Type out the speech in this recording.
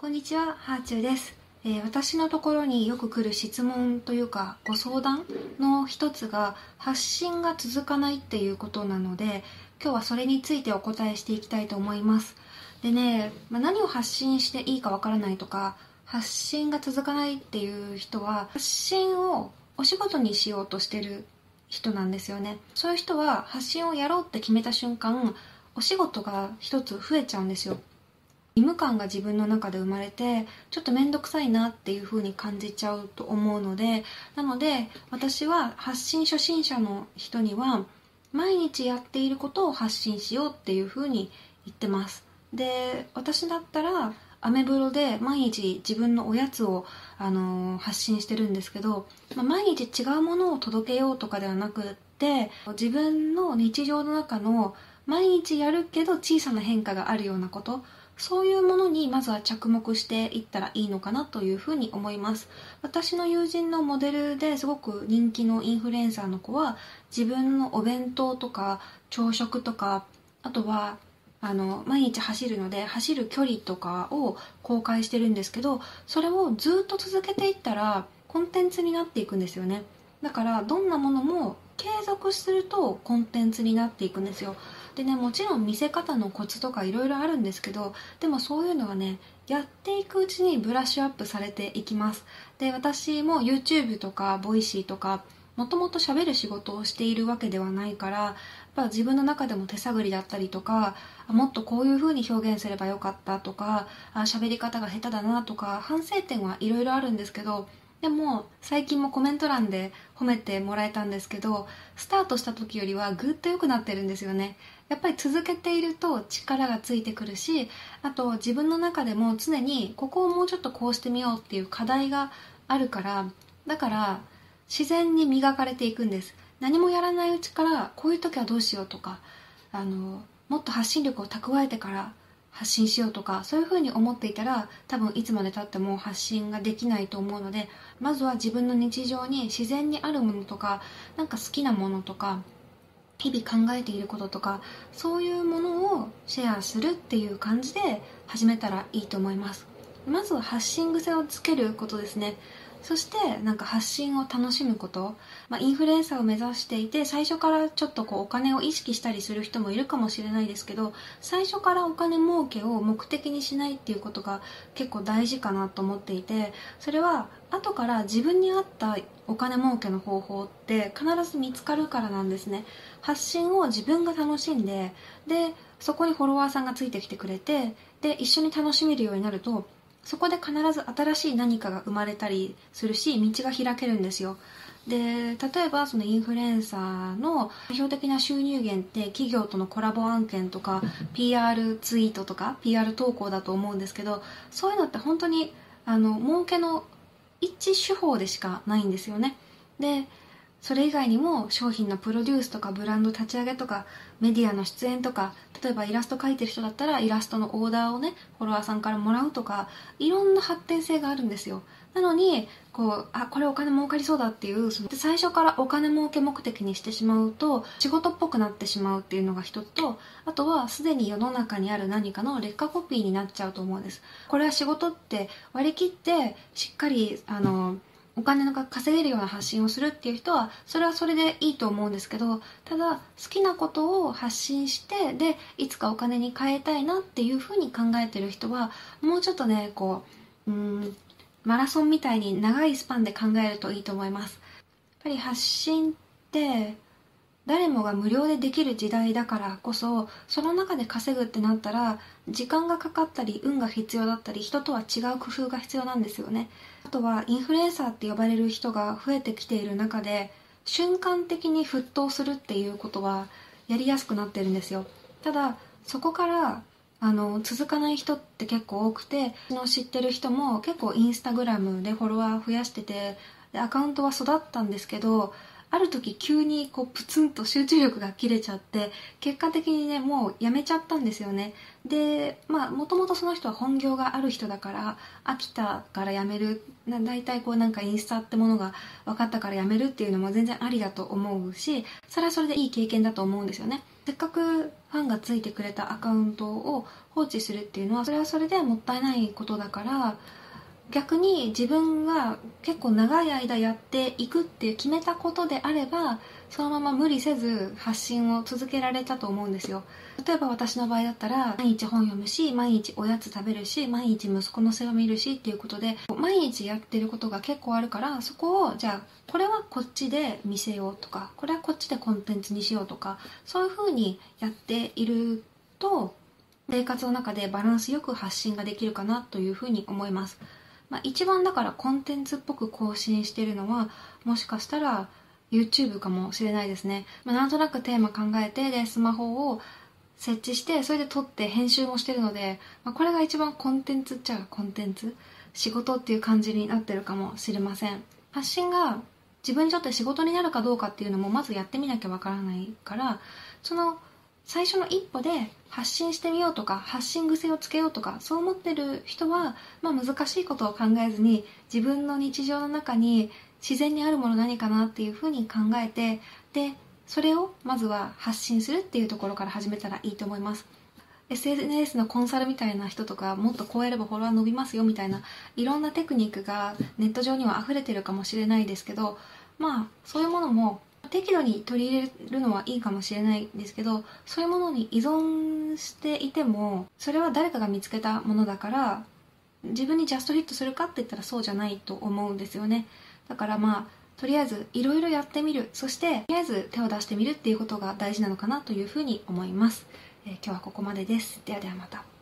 こんにちは、ハーチューです。私のところによく来る質問というかご相談の一つが発信が続かないっていうことなので、今日はそれについてお答えしていきたいと思います。でね、何を発信していいかわからないとか、発信が続かないっていう人は発信をお仕事にしようとしてる人なんですよね。そういう人は発信をやろうって決めた瞬間、お仕事が一つ増えちゃうんですよ。義務感が自分の中で生まれて、ちょっと面倒くさいなっていう風に感じちゃうと思うので、なので私は発信初心者の人には毎日やっていることを発信しようっていう風に言ってます。で、私だったらアメブロで毎日自分のおやつを、発信してるんですけど、毎日違うものを届けようとかではなくって、自分の日常の中の毎日やるけど小さな変化があるようなこと、そういうものにまずは着目していったらいいのかなというふうに思います。私の友人のモデルですごく人気のインフルエンサーの子は、自分のお弁当とか朝食とか、あとは毎日走るので走る距離とかを公開してるんですけど、それをずっと続けていったらコンテンツになっていくんですよね。だからどんなものも継続するとコンテンツになっていくんですよ。でね、もちろん見せ方のコツとかいろいろあるんですけど、でもそういうのはね、やっていくうちにブラッシュアップされていきます。で、私も YouTube とか Voicy とかもともと喋る仕事をしているわけではないから、やっぱ自分の中でも手探りだったりとか、もっとこういう風に表現すればよかったとか、喋り方が下手だなとか、反省点はいろいろあるんですけど、でも最近もコメント欄で褒めてもらえたんですけど、スタートした時よりはぐっと良くなってるんですよね。やっぱり続けていると力がついてくるし、あと自分の中でも常にここをもうちょっとこうしてみようっていう課題があるから、だから自然に磨かれていくんです。何もやらないうちからこういう時はどうしようとか、もっと発信力を蓄えてから発信しようとか、そういうふうに思っていたら多分いつまでたっても発信ができないと思うので、まずは自分の日常に自然にあるものとか、なんか好きなものとか、日々考えていることとか、そういうものをシェアするっていう感じで始めたらいいと思います。まずは発信癖をつけることですね。そしてなんか発信を楽しむこと、インフルエンサーを目指していて最初からちょっとお金を意識したりする人もいるかもしれないですけど、最初からお金儲けを目的にしないっていうことが結構大事かなと思っていて、それは後から自分に合ったお金儲けの方法って必ず見つかるからなんですね。発信を自分が楽しんで、でそこにフォロワーさんがついてきてくれて、で一緒に楽しめるようになると、そこで必ず新しい何かが生まれたりするし、道が開けるんですよ。で、例えばそのインフルエンサーの代表的な収入源って企業とのコラボ案件とか PR ツイートとか PR 投稿だと思うんですけど、そういうのって本当に儲けの一手法でしかないんですよね。で、それ以外にも商品のプロデュースとかブランド立ち上げとかメディアの出演とか、例えばイラスト描いてる人だったらイラストのオーダーをね、フォロワーさんからもらうとか、いろんな発展性があるんですよ。なのにこれお金儲かりそうだっていう、最初からお金儲け目的にしてしまうと仕事っぽくなってしまうっていうのが一つと、あとはすでに世の中にある何かの劣化コピーになっちゃうと思うんです。これは仕事って割り切ってしっかりお金が稼げるような発信をするっていう人はそれはそれでいいと思うんですけど、ただ好きなことを発信して、でいつかお金に変えたいなっていうふうに考えてる人はもうちょっとね、マラソンみたいに長いスパンで考えるといいと思います。やっぱり発信って誰もが無料でできる時代だからこそ、その中で稼ぐってなったら時間がかかったり運が必要だったり、人とは違う工夫が必要なんですよね。あとはインフルエンサーって呼ばれる人が増えてきている中で、瞬間的に沸騰するっていうことはやりやすくなってるんですよ。ただそこから続かない人って結構多くて、知ってる人も結構インスタグラムでフォロワー増やしてて、でアカウントは育ったんですけど、 ある時急にこうプツンと集中力が切れちゃって、結果的にねもうやめちゃったんですよね。でもともとその人は本業がある人だから、飽きたからやめる、大体こうなんかインスタってものが分かったからやめるっていうのも全然ありだと思うし、それはそれでいい経験だと思うんですよね。せっかくファンがついてくれたアカウントを放置するっていうのは、それはそれでもったいないことだから、逆に自分が結構長い間やっていくっていう決めたことであれば、そのまま無理せず発信を続けられたと思うんですよ。例えば私の場合だったら、毎日本読むし、毎日おやつ食べるし、毎日息子の世話見るしっていうことで、毎日やってることが結構あるから、そこをじゃあこれはこっちで見せようとか、これはこっちでコンテンツにしようとか、そういう風にやっていると、生活の中でバランスよく発信ができるかなというふうに思います。一番だからコンテンツっぽく更新しているのは、もしかしたら YouTube かもしれないですね。なんとなくテーマ考えて、でスマホを設置して、それで撮って編集もしてるので、これが一番コンテンツっちゃコンテンツ、仕事っていう感じになってるかもしれません。発信が自分にとって仕事になるかどうかっていうのもまずやってみなきゃわからないから、その最初の一歩で発信してみようとか、発信癖をつけようとか、そう思ってる人は、難しいことを考えずに、自分の日常の中に自然にあるもの何かなっていうふうに考えて、でそれをまずは発信するっていうところから始めたらいいと思います。 SNS のコンサルみたいな人とか、もっとこうやればフォロワー伸びますよみたいな、いろんなテクニックがネット上には溢れてるかもしれないですけど、そういうものも適度に取り入れるのはいいかもしれないんですけど、そういうものに依存していても、それは誰かが見つけたものだから、自分にジャストフィットするかって言ったらそうじゃないと思うんですよね。だからとりあえずいろいろやってみる、そしてとりあえず手を出してみるっていうことが大事なのかなというふうに思います。今日はここまでです。ではではまた。